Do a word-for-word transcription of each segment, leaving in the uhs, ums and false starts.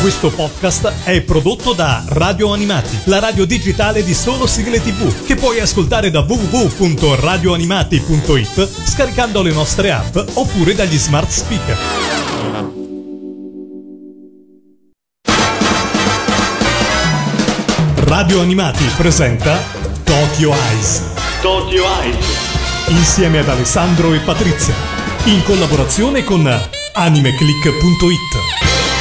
Questo podcast è prodotto da Radio Animati, la radio digitale di solo sigle tivù, che puoi ascoltare da w w w punto radio animati punto i t scaricando le nostre app oppure dagli smart speaker. Radio Animati presenta Tokyo Eyes. Tokyo Eyes. Insieme ad Alessandro e Patrizia, in collaborazione con animeclick punto i t.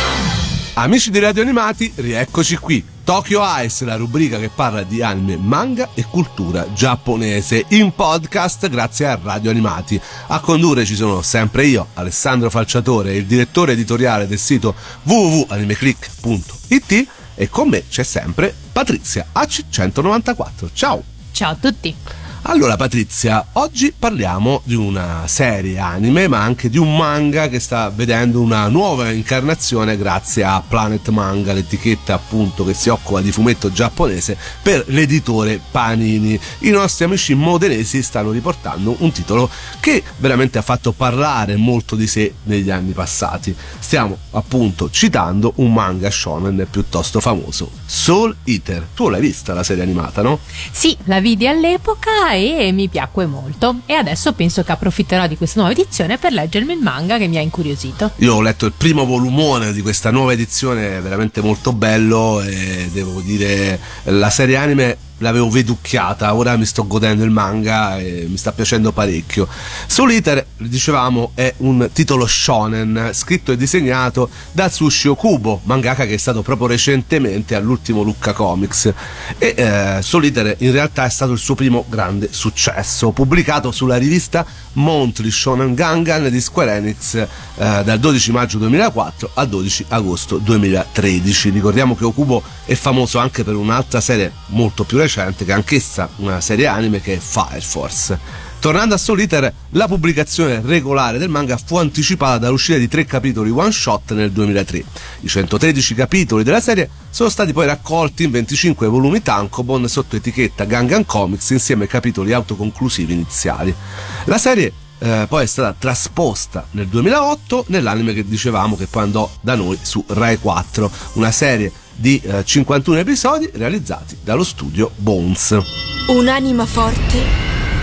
Amici di Radio Animati, rieccoci qui. Tokyo Eyes, la rubrica che parla di anime, manga e cultura giapponese in podcast grazie a Radio Animati. A condurre ci sono sempre io, Alessandro Falciatore, il direttore editoriale del sito w w w punto animeclick punto i t, e con me c'è sempre Patrizia A C centonovantaquattro. Ciao! Ciao a tutti! Allora Patrizia, oggi parliamo di una serie anime ma anche di un manga che sta vedendo una nuova incarnazione grazie a Planet Manga, l'etichetta appunto che si occupa di fumetto giapponese per l'editore Panini. I nostri amici modenesi stanno riportando un titolo che veramente ha fatto parlare molto di sé negli anni passati. Stiamo appunto citando un manga shonen piuttosto famoso, Soul Eater. Tu l'hai vista la serie animata, no? Sì, la vidi all'epoca e mi piacque molto, e adesso penso che approfitterò di questa nuova edizione per leggermi il manga che mi ha incuriosito. Io ho letto il primo volumone di questa nuova edizione, è veramente molto bello, e devo dire la serie anime l'avevo veducchiata, ora mi sto godendo il manga e mi sta piacendo parecchio. Soul Eater, dicevamo, è un titolo shonen scritto e disegnato da Tsushi Okubo, mangaka che è stato proprio recentemente all'ultimo Lucca Comics, e eh, Soul Eater in realtà è stato il suo primo grande successo, pubblicato sulla rivista Monthly Shonen Gangan di Square Enix eh, dal dodici maggio duemilaquattro al dodici agosto duemilatredici. Ricordiamo che Okubo è famoso anche per un'altra serie molto più recente, che è anch'essa una serie anime, che è Fire Force. Tornando a Soul Eater, la pubblicazione regolare del manga fu anticipata dall'uscita di tre capitoli one shot nel duemilatré. I centotredici capitoli della serie sono stati poi raccolti in venticinque volumi tankobon sotto etichetta Gangan Comics insieme ai capitoli autoconclusivi iniziali. La serie eh, poi è stata trasposta nel duemilaotto nell'anime che dicevamo che poi andò da noi su Rai quattro, una serie di eh, cinquantuno episodi realizzati dallo studio Bones. Un'anima forte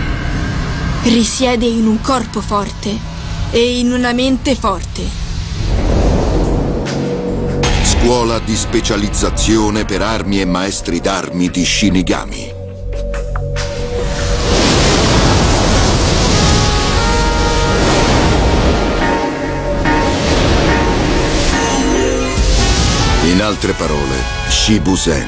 risiede in un corpo forte e in una mente forte. Scuola di specializzazione per armi e maestri d'armi di Shinigami. In altre parole, Shibusen.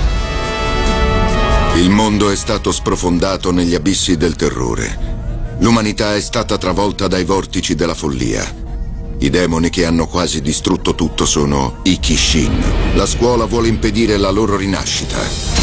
Il mondo è stato sprofondato negli abissi del terrore. L'umanità è stata travolta dai vortici della follia. I demoni che hanno quasi distrutto tutto sono i Kishin. La scuola vuole impedire la loro rinascita.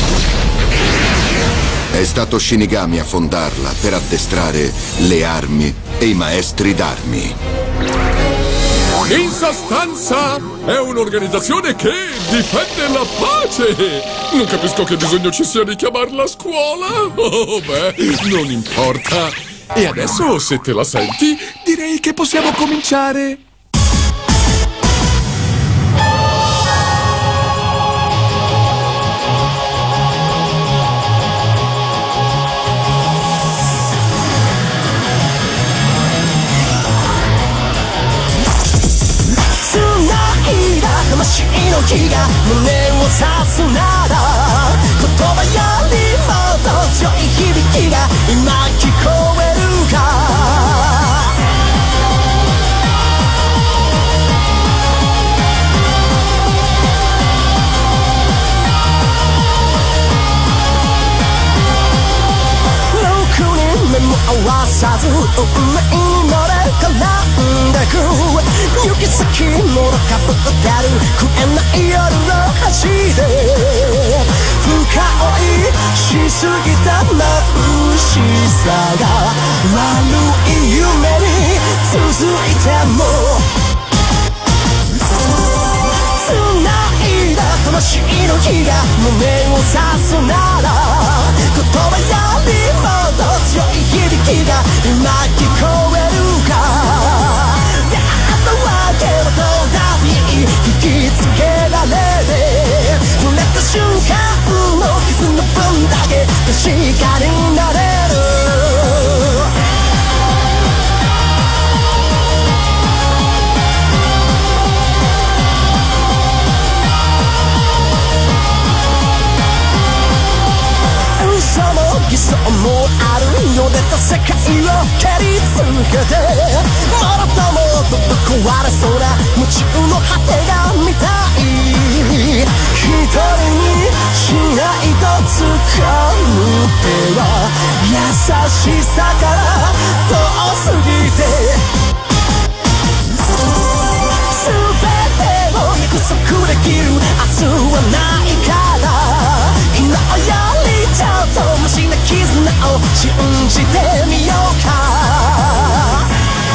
È stato Shinigami a fondarla per addestrare le armi e i maestri d'armi. In sostanza, è un'organizzazione che difende la pace. Non capisco che bisogno ci sia di chiamarla scuola. Oh, beh, non importa. E adesso, se te la senti, direi che possiamo cominciare. Get あるよ出た世界を蹴り続けてもろともとぶっ壊れそうな夢中の果てが見たい一人にしないと掴む手は優しさから遠すぎて全てを約束できる明日はないから昨日よりちょっとマシな絆を信じてみようか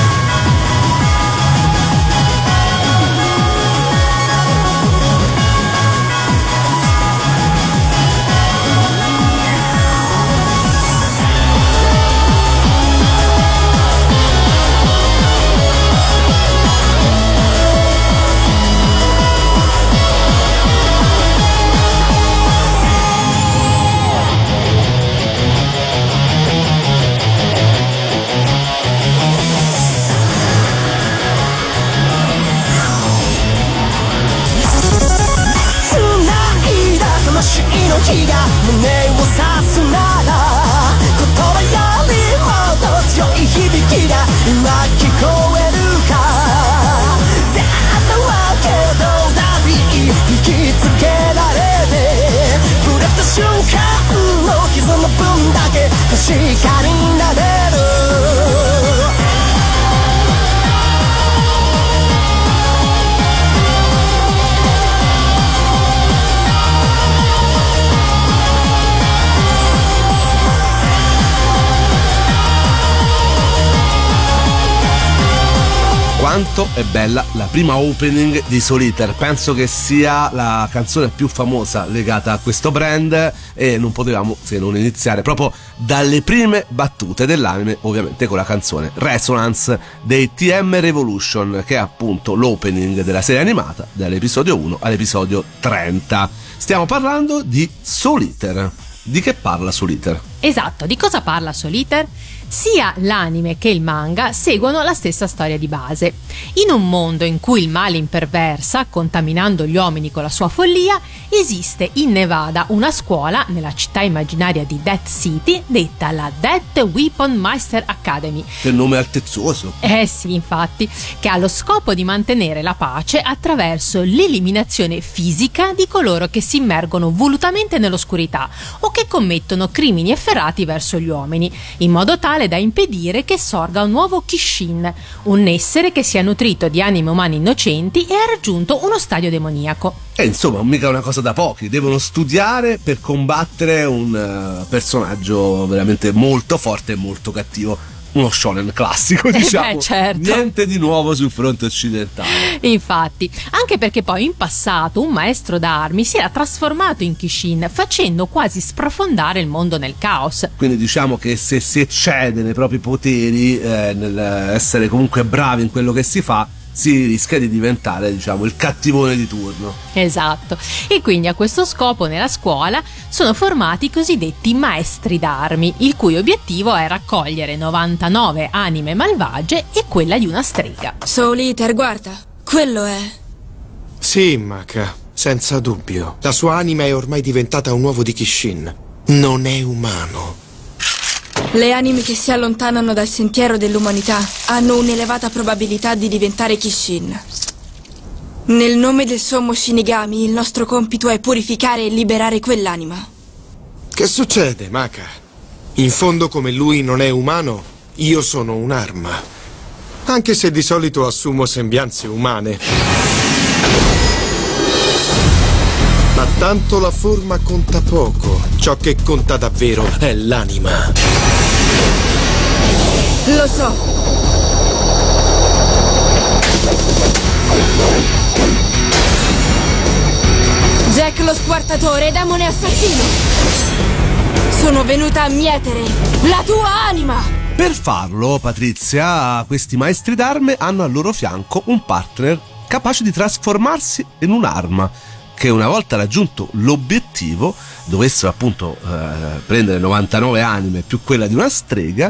魂の火が胸を刺すなら言葉よりもっと強い響きが今聞こえるか出会ったわけどダビー引きつけられて触れた瞬間の傷の分だけ確かになれる Quanto è bella la prima opening di Soul Eater, penso che sia la canzone più famosa legata a questo brand e non potevamo se non iniziare proprio dalle prime battute dell'anime, ovviamente con la canzone Resonance dei T M Revolution, che è appunto l'opening della serie animata dall'episodio uno all'episodio trenta. Stiamo parlando di Soul Eater. Di che parla Soul Eater? Esatto, di cosa parla Soul Eater? Sia l'anime che il manga seguono la stessa storia di base. In un mondo in cui il male imperversa, contaminando gli uomini con la sua follia, esiste in Nevada una scuola nella città immaginaria di Death City detta la Death Weapon Meister Academy. Che nome altezzoso! Eh sì, infatti, che ha lo scopo di mantenere la pace attraverso l'eliminazione fisica di coloro che si immergono volutamente nell'oscurità o che commettono crimini efferati verso gli uomini, in modo tale da impedire che sorga un nuovo Kishin, un essere che si è nutrito di anime umane innocenti e ha raggiunto uno stadio demoniaco. E insomma, mica una cosa da pochi, devono studiare per combattere un uh, personaggio veramente molto forte e molto cattivo. Uno shonen classico, diciamo. Eh beh, certo. Niente di nuovo sul fronte occidentale. Infatti, anche perché poi in passato un maestro d'armi si era trasformato in Kishin, facendo quasi sprofondare il mondo nel caos. Quindi diciamo che se si eccede nei propri poteri, eh, nell'essere comunque bravi in quello che si fa, si rischia di diventare, diciamo, il cattivone di turno. Esatto. E quindi a questo scopo nella scuola sono formati i cosiddetti maestri d'armi, il cui obiettivo è raccogliere novantanove anime malvagie e quella di una strega. Soul Eater, guarda, quello è... Sì, Maka, senza dubbio. La sua anima è ormai diventata un uovo di Kishin. Non è umano. Le anime che si allontanano dal sentiero dell'umanità hanno un'elevata probabilità di diventare Kishin. Nel nome del sommo Shinigami, il nostro compito è purificare e liberare quell'anima. Che succede, Maka? In fondo, come lui non è umano, io sono un'arma. Anche se di solito assumo sembianze umane. Ma tanto la forma conta poco. Ciò che conta davvero è l'anima. Lo so. Jack lo squartatore, demone assassino. Sono venuta a mietere la tua anima. Per farlo, Patrizia, questi maestri d'arme hanno al loro fianco un partner capace di trasformarsi in un'arma, che una volta raggiunto l'obiettivo dovessero appunto eh, prendere novantanove anime più quella di una strega,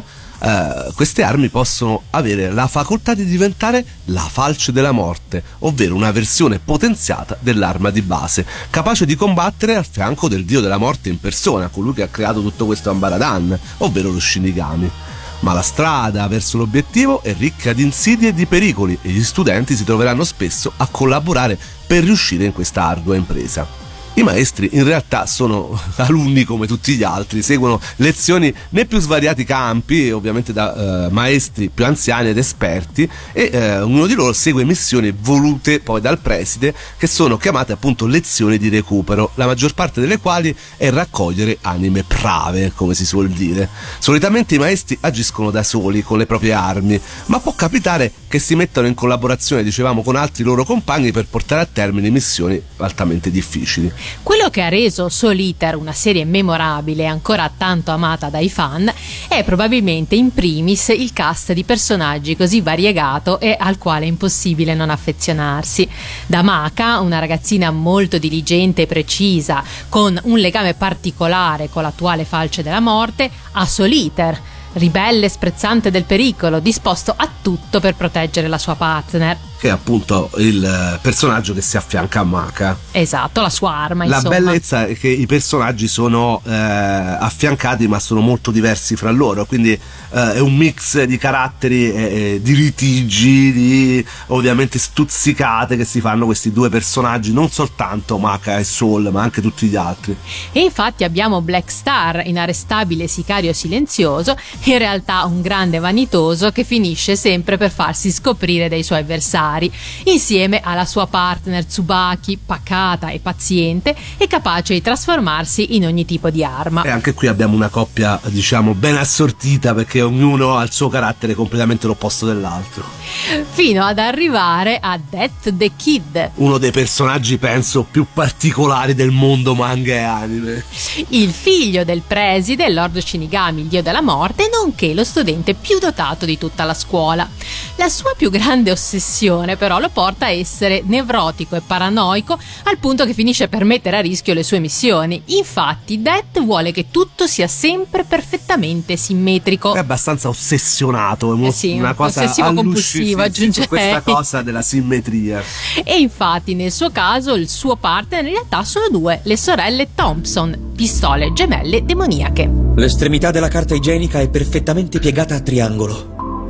eh, queste armi possono avere la facoltà di diventare la falce della morte, ovvero una versione potenziata dell'arma di base, capace di combattere al fianco del dio della morte in persona, colui che ha creato tutto questo Ambaradan, ovvero lo Shinigami. Ma la strada verso l'obiettivo è ricca di insidie e di pericoli e gli studenti si troveranno spesso a collaborare per riuscire in questa ardua impresa. I maestri in realtà sono alunni come tutti gli altri, seguono lezioni nei più svariati campi, ovviamente da eh, maestri più anziani ed esperti, e eh, ognuno di loro segue missioni volute poi dal preside, che sono chiamate appunto lezioni di recupero, la maggior parte delle quali è raccogliere anime prave, come si suol dire. Solitamente i maestri agiscono da soli con le proprie armi, ma può capitare che si mettano in collaborazione, dicevamo, con altri loro compagni per portare a termine missioni altamente difficili. Quello che ha reso Soul Eater una serie memorabile e ancora tanto amata dai fan è probabilmente in primis il cast di personaggi così variegato e al quale è impossibile non affezionarsi. Da Maka, una ragazzina molto diligente e precisa, con un legame particolare con l'attuale falce della morte, a Soul Eater, ribelle, sprezzante del pericolo, disposto a tutto per proteggere la sua partner. Che è appunto il personaggio che si affianca a Maka. Esatto, la sua arma, la insomma. bellezza è che i personaggi sono eh, affiancati ma sono molto diversi fra loro, quindi eh, è un mix di caratteri, eh, di litigi, di ovviamente stuzzicate che si fanno questi due personaggi, non soltanto Maka e Soul ma anche tutti gli altri. E infatti abbiamo Black Star, inarrestabile sicario silenzioso, in realtà un grande vanitoso che finisce sempre per farsi scoprire dai suoi avversari, insieme alla sua partner Tsubaki, pacata e paziente e capace di trasformarsi in ogni tipo di arma. E anche qui abbiamo una coppia, diciamo, ben assortita, perché ognuno ha il suo carattere completamente l'opposto dell'altro, fino ad arrivare a Death the Kid, uno dei personaggi penso più particolari del mondo manga e anime, il figlio del preside, Lord Shinigami, il dio della morte, nonché lo studente più dotato di tutta la scuola. La sua più grande ossessione però lo porta a essere nevrotico e paranoico, al punto che finisce per mettere a rischio le sue missioni. Infatti Death vuole che tutto sia sempre perfettamente simmetrico. È abbastanza ossessionato, è uno, eh sì, una cosa ossessivo compulsivo, aggiungerei, questa cosa della simmetria. E infatti nel suo caso il suo partner in realtà sono due, le sorelle Thompson, pistole gemelle demoniache. L'estremità della carta igienica è perfettamente piegata a triangolo.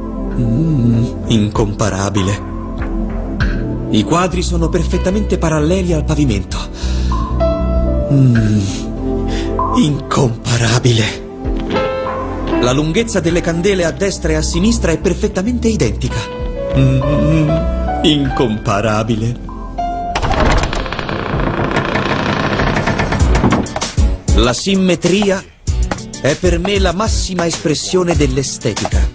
Mm, incomparabile. I quadri sono perfettamente paralleli al pavimento. Mm, incomparabile. La lunghezza delle candele a destra e a sinistra è perfettamente identica. Mm, incomparabile. La simmetria è per me la massima espressione dell'estetica.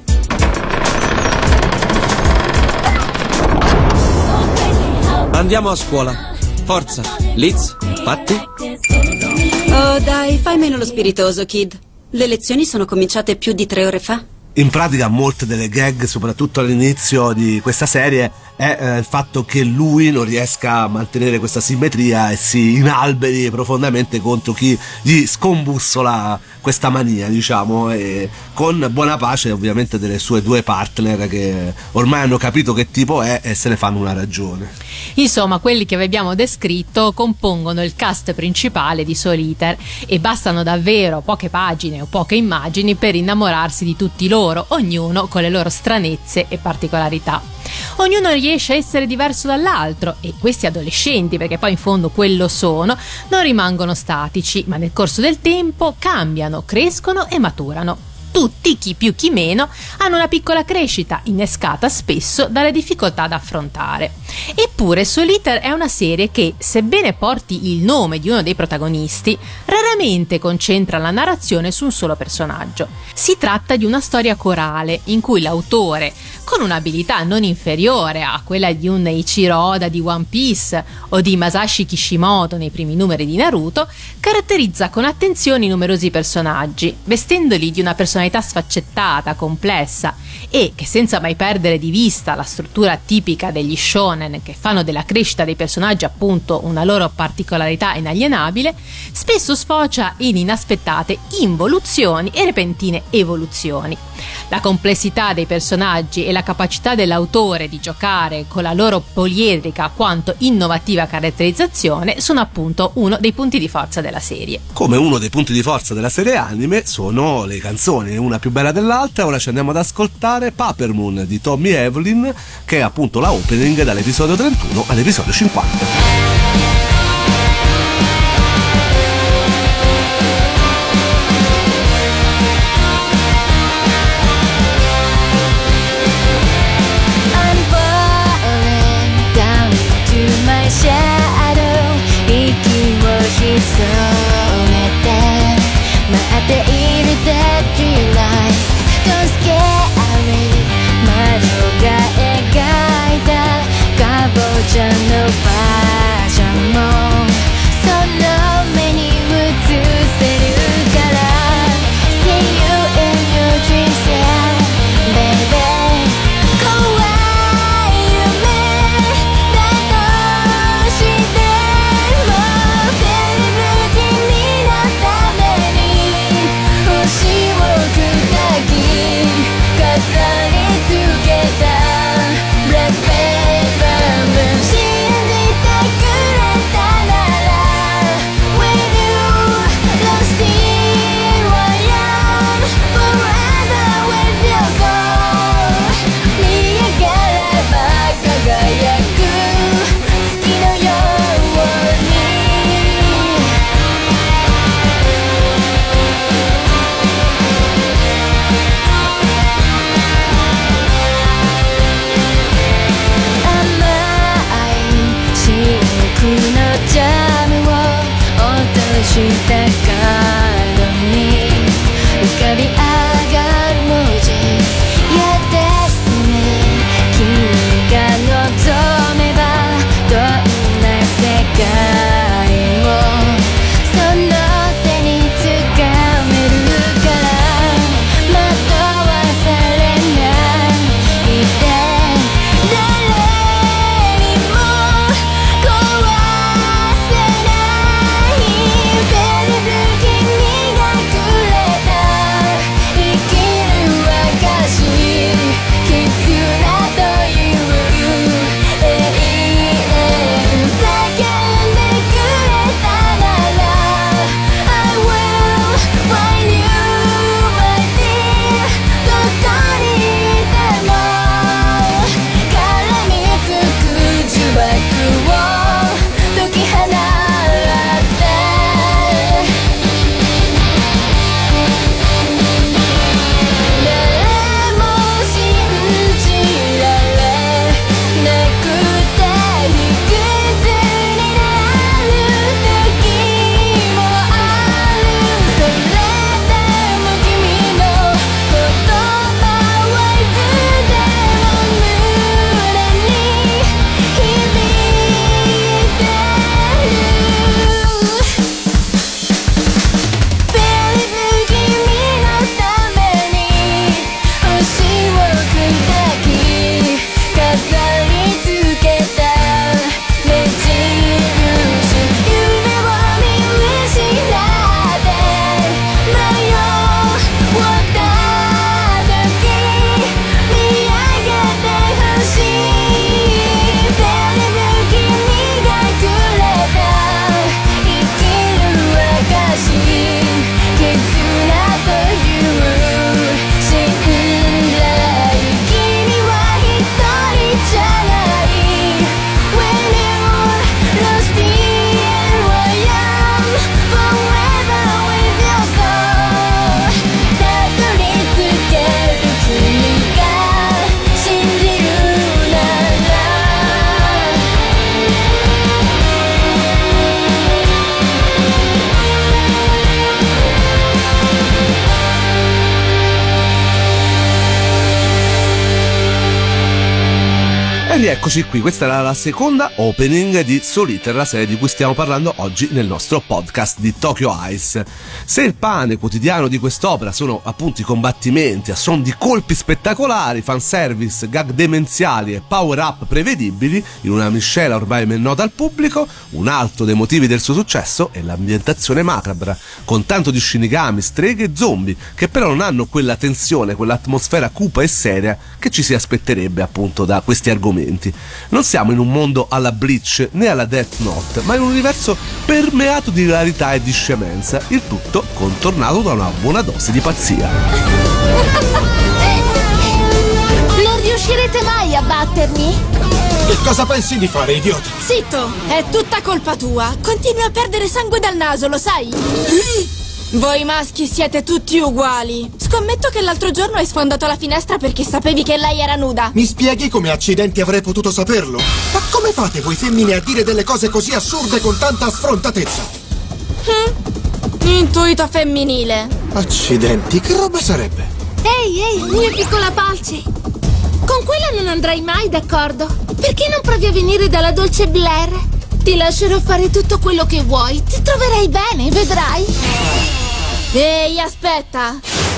Andiamo a scuola. Forza. Liz, Patti. Oh dai, fai meno lo spiritoso, Kid. Le lezioni sono cominciate più di tre ore fa. In pratica molte delle gag, soprattutto all'inizio di questa serie, è eh, il fatto che lui non riesca a mantenere questa simmetria e si inalberi profondamente contro chi gli scombussola questa mania, diciamo, e con buona pace ovviamente delle sue due partner che ormai hanno capito che tipo è e se ne fanno una ragione. Insomma, quelli che vi abbiamo descritto compongono il cast principale di Soul Eater e bastano davvero poche pagine o poche immagini per innamorarsi di tutti loro, ognuno con le loro stranezze e particolarità. Ognuno riesce a essere diverso dall'altro e questi adolescenti, perché poi in fondo quello sono, non rimangono statici, ma nel corso del tempo cambiano, crescono e maturano. Tutti, chi più chi meno, hanno una piccola crescita, innescata spesso dalle difficoltà da affrontare. Eppure Soul Eater è una serie che, sebbene porti il nome di uno dei protagonisti, raramente concentra la narrazione su un solo personaggio. Si tratta di una storia corale, in cui l'autore, con un'abilità non inferiore a quella di un Eiichiro Oda di One Piece o di Masashi Kishimoto nei primi numeri di Naruto, caratterizza con attenzione i numerosi personaggi, vestendoli di una personalità sfaccettata, complessa e che, senza mai perdere di vista la struttura tipica degli shonen che fanno della crescita dei personaggi appunto una loro particolarità inalienabile, spesso sfocia in inaspettate involuzioni e repentine evoluzioni. La complessità dei personaggi e la capacità dell'autore di giocare con la loro poliedrica quanto innovativa caratterizzazione sono appunto uno dei punti di forza della serie. Come uno dei punti di forza della serie anime sono le canzoni, una più bella dell'altra. Ora ci andiamo ad ascoltare Paper Moon di Tommy Evelyn, che è appunto la opening dall'episodio trentuno all'episodio cinquanta. Shadow 息を潜めて待っている Deadly Light Don't scare 魔女が描いたかぼちゃのパジャマその目に映せるから See you in your dreams yeah baby 怖い夢だとしてもテレビ君のために星を砕き飾りつけた Black Paper 信じてくれたなら With you lost in wire Forever with your soul 見上がれば輝く月のように甘いシルクのジャムを落としたカードに浮かび上がる文字 Yeah Destiny 君が望めばどんな世界もその手につかめるから惑わされないで誰にも壊せないテレビ rieccoci qui, questa era la seconda opening di Soul Eater, la serie di cui stiamo parlando oggi nel nostro podcast di Tokyo Ice. Se il pane quotidiano di quest'opera sono appunto i combattimenti a suon di colpi spettacolari, fanservice, gag demenziali e power up prevedibili, in una miscela ormai ben nota al pubblico, un altro dei motivi del suo successo è l'ambientazione macabra, con tanto di shinigami, streghe e zombie, che però non hanno quella tensione, quell'atmosfera cupa e seria che ci si aspetterebbe appunto da questi argomenti. Non siamo in un mondo alla Bleach né alla Death Note, ma in un universo permeato di hilarità e di scemenza, il tutto contornato da una buona dose di pazzia. Non riuscirete mai a battermi? Che cosa pensi di fare, idiota? Zitto, è tutta colpa tua. Continui a perdere sangue dal naso, lo sai? Voi maschi siete tutti uguali. Scommetto che l'altro giorno hai sfondato la finestra perché sapevi che lei era nuda. Mi spieghi come accidenti avrei potuto saperlo? Ma come fate voi femmine a dire delle cose così assurde con tanta sfrontatezza? Hm? Intuito femminile. Accidenti, che roba sarebbe? Ehi, ehi, mia piccola Palce. Con quella non andrai mai d'accordo. Perché non provi a venire dalla dolce Blair? Ti lascerò fare tutto quello che vuoi. Ti troverai bene, vedrai. Ehi, aspetta!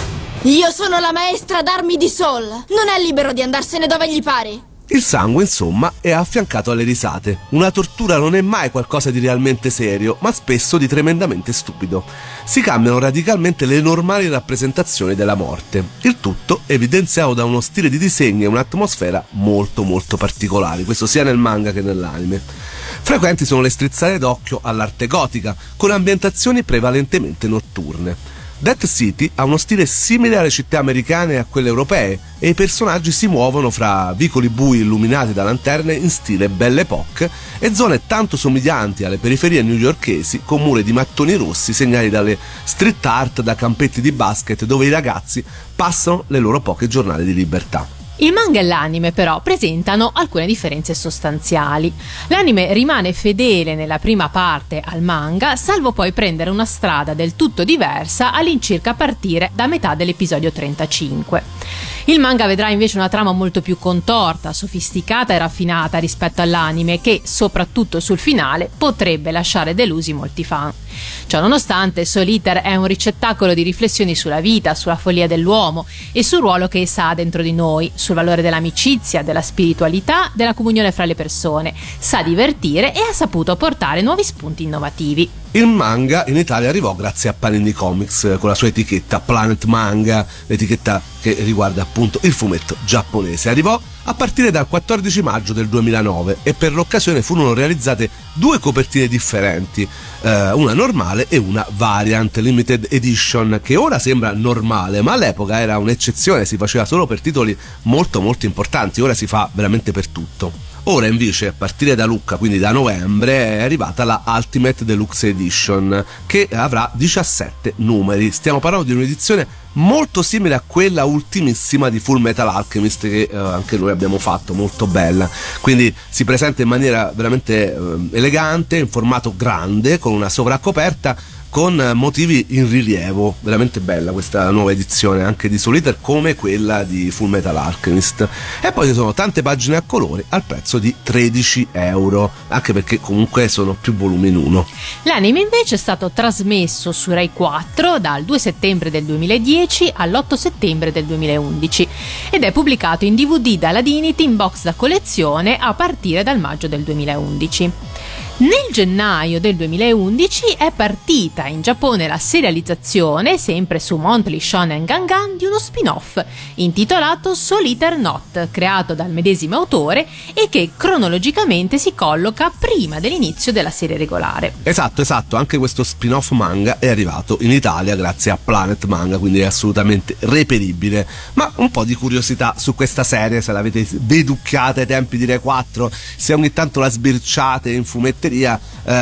Io sono la maestra d'armi di Soul. Non è libero di andarsene dove gli pare. Il sangue, insomma, è affiancato alle risate. Una tortura non è mai qualcosa di realmente serio, ma spesso di tremendamente stupido. Si cambiano radicalmente le normali rappresentazioni della morte. Il tutto evidenziato da uno stile di disegno e un'atmosfera molto molto particolari, questo sia nel manga che nell'anime. Frequenti sono le strizzate d'occhio all'arte gotica, con ambientazioni prevalentemente notturne. Death City ha uno stile simile alle città americane e a quelle europee, e i personaggi si muovono fra vicoli bui illuminati da lanterne in stile Belle Époque e zone tanto somiglianti alle periferie newyorkesi, con mura di mattoni rossi segnati dalle street art, da campetti di basket dove i ragazzi passano le loro poche giornate di libertà. Il manga e l'anime però presentano alcune differenze sostanziali. L'anime rimane fedele nella prima parte al manga, salvo poi prendere una strada del tutto diversa all'incirca a partire da metà dell'episodio trentacinque. Il manga vedrà invece una trama molto più contorta, sofisticata e raffinata rispetto all'anime, che, soprattutto sul finale, potrebbe lasciare delusi molti fan. Ciò nonostante, Soul Eater è un ricettacolo di riflessioni sulla vita, sulla follia dell'uomo e sul ruolo che essa ha dentro di noi, sul valore dell'amicizia, della spiritualità, della comunione fra le persone. Sa divertire e ha saputo portare nuovi spunti innovativi. Il manga in Italia arrivò grazie a Panini Comics con la sua etichetta Planet Manga, l'etichetta che riguarda appunto il fumetto giapponese. Arrivò a partire dal quattordici maggio del duemilanove e per l'occasione furono realizzate due copertine differenti, eh, una normale e una variant limited edition, che ora sembra normale ma all'epoca era un'eccezione, si faceva solo per titoli molto molto importanti, ora si fa veramente per tutto. Ora invece a partire da Lucca, quindi da novembre, è arrivata la Ultimate Deluxe Edition, che avrà diciassette numeri. Stiamo parlando di un'edizione molto simile a quella ultimissima di Full Metal Alchemist, che eh, anche noi abbiamo fatto, molto bella. Quindi si presenta in maniera veramente eh, elegante, in formato grande, con una sovraccoperta con motivi in rilievo. Veramente bella questa nuova edizione anche di Soul Eater, come quella di Full Metal Alchemist. E poi ci sono tante pagine a colori al prezzo di tredici euro, anche perché comunque sono più volumi in uno. L'anime invece è stato trasmesso su Rai quattro dal due settembre del duemiladieci all'otto settembre del duemilaundici ed è pubblicato in D V D dalla Dignity in box da collezione a partire dal maggio del duemilaundici. Nel gennaio del duemilaundici è partita in Giappone la serializzazione, sempre su Monthly Shonen Gangan, di uno spin-off intitolato Soul Eater Not, creato dal medesimo autore e che cronologicamente si colloca prima dell'inizio della serie regolare. Esatto, esatto, anche questo spin-off manga è arrivato in Italia grazie a Planet Manga, quindi è assolutamente reperibile. Ma un po' di curiosità su questa serie, se l'avete deducchiata ai tempi di Rai quattro, se ogni tanto la sbirciate in fumetteria, Eh,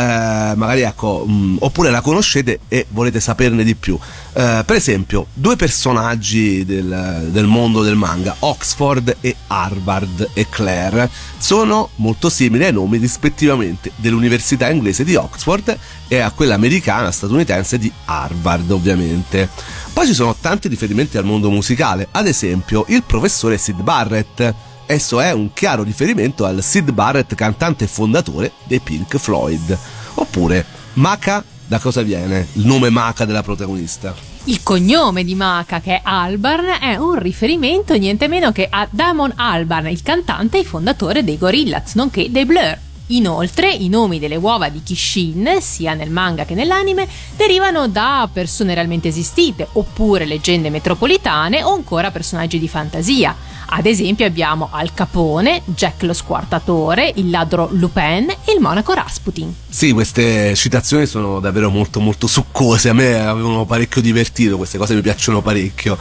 magari ecco, mh, oppure la conoscete e volete saperne di più. Eh, per esempio, due personaggi del, del mondo del manga, Oxford e Harvard e Claire, sono molto simili ai nomi rispettivamente dell'università inglese di Oxford e a quella americana statunitense di Harvard, ovviamente. Poi ci sono tanti riferimenti al mondo musicale, ad esempio il professore Syd Barrett esso è un chiaro riferimento al Syd Barrett, cantante e fondatore dei Pink Floyd. Oppure Maca, da cosa viene il nome Maca della protagonista? Il cognome di Maca, che è Albarn, è un riferimento niente meno che a Damon Albarn, il cantante e fondatore dei Gorillaz, nonché dei Blur. Inoltre, i nomi delle uova di Kishin, sia nel manga che nell'anime, derivano da persone realmente esistite, oppure leggende metropolitane o ancora personaggi di fantasia. Ad esempio abbiamo Al Capone, Jack lo Squartatore, il ladro Lupin e il monaco Rasputin. Sì, queste citazioni sono davvero molto molto succose, a me avevano parecchio divertito, queste cose mi piacciono parecchio.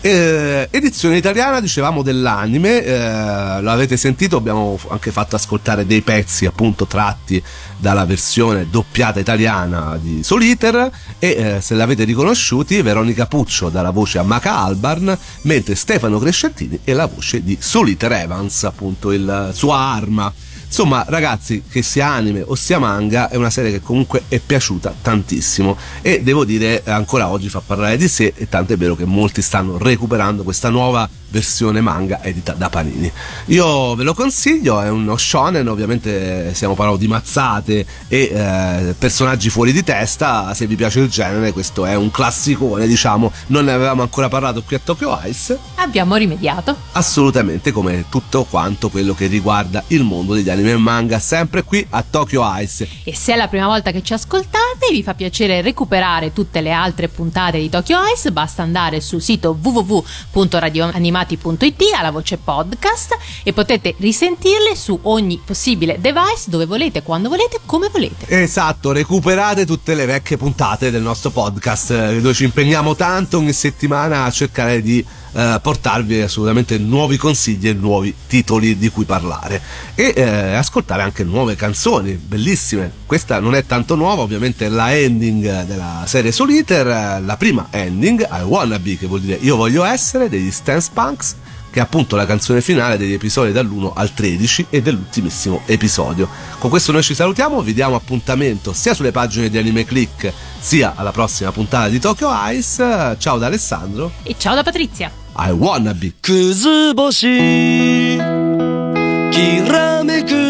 Eh, edizione italiana, dicevamo, dell'anime, eh, lo avete sentito, abbiamo anche fatto ascoltare dei pezzi appunto tratti dalla versione doppiata italiana di Soul Eater e eh, se l'avete riconosciuti, Veronica Puccio dà la voce a Maca Albarn, mentre Stefano Crescentini è la voce di Soul Eater Evans, appunto il sua arma. Insomma, ragazzi, che sia anime o sia manga, è una serie che comunque è piaciuta tantissimo e devo dire ancora oggi fa parlare di sé, e tanto è vero che molti stanno recuperando questa nuova versione manga edita da Panini. Io ve lo consiglio, è uno shonen, ovviamente stiamo parlando di mazzate e eh, personaggi fuori di testa. Se vi piace il genere, questo è un classicone, diciamo. Non ne avevamo ancora parlato qui a Tokyo Ice, Abbiamo rimediato. assolutamente, come tutto quanto quello che riguarda il mondo degli anime e manga, sempre qui a Tokyo Ice. E se è la prima volta che ci ascoltate e vi fa piacere recuperare tutte le altre puntate di Tokyo Ice, basta andare sul sito w w w punto radio animati punto i t alla voce podcast e potete risentirle su ogni possibile device, dove volete, quando volete, come volete. Esatto, recuperate tutte le vecchie puntate del nostro podcast, eh, dove ci impegniamo tanto ogni settimana a cercare di eh, portarvi assolutamente nuovi consigli e nuovi titoli di cui parlare e eh, ascoltare anche nuove canzoni bellissime. Questa non è tanto nuova, ovviamente è la ending della serie Soul Eater, la prima ending, I Wanna Be, che vuol dire io voglio essere, degli Stance Punks, che è appunto la canzone finale degli episodi dall'uno al tredici e dell'ultimissimo episodio. Con questo noi ci salutiamo, vi diamo appuntamento sia sulle pagine di Anime Click sia alla prossima puntata di Tokyo Ice. Ciao da Alessandro e ciao da Patrizia. I Wanna Be. くず星きらめく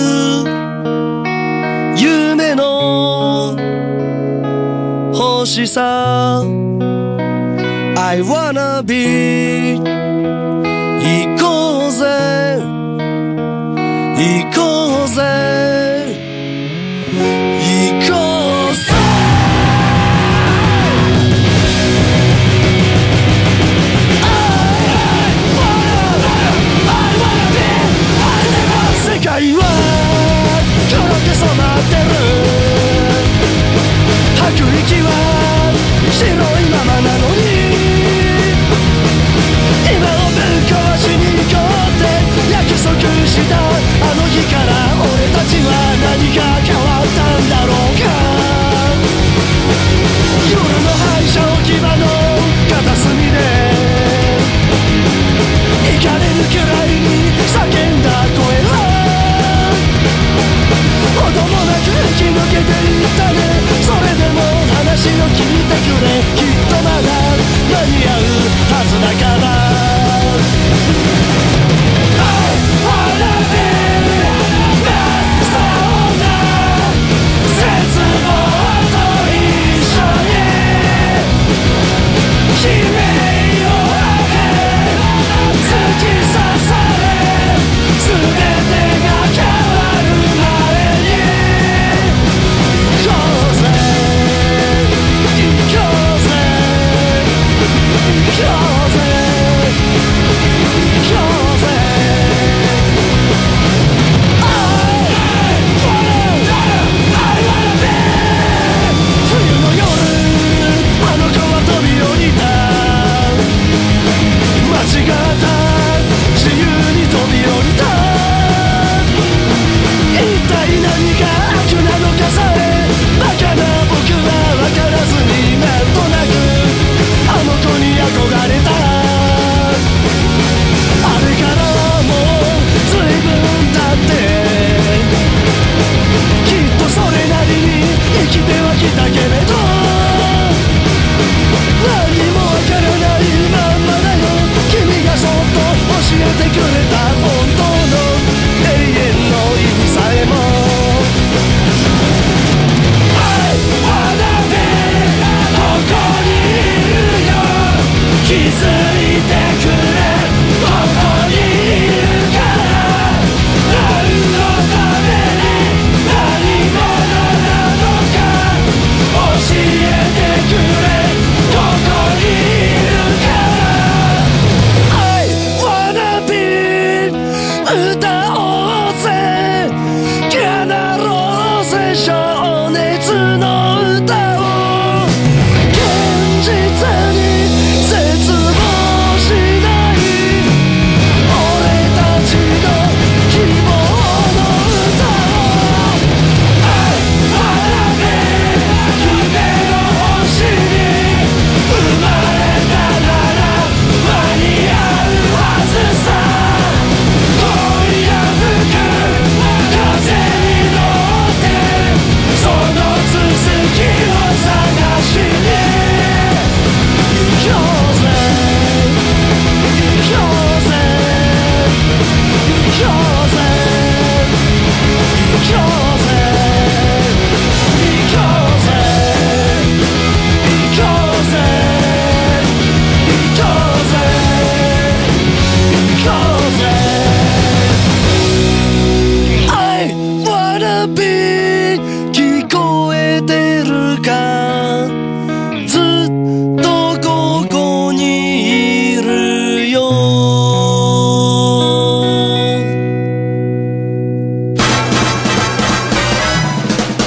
夢の星さ I wanna be 行こうぜ行こうぜ行こうぜ世界は黒く染まってる吐く息は白いままなのに今をぶっ壊しに行こうって約束したあの日から俺たちは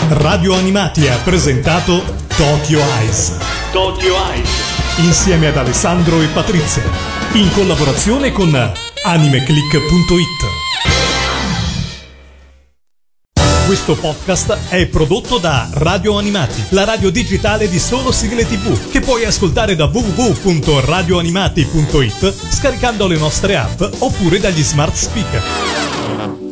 Radio Animati ha presentato Tokyo Eyes. Tokyo Eyes. Insieme ad Alessandro e Patrizia. In collaborazione con animeclick punto it. Questo podcast è prodotto da Radio Animati, la radio digitale di solo sigle tivù, che puoi ascoltare da w w w punto radio animati punto it scaricando le nostre app oppure dagli smart speaker.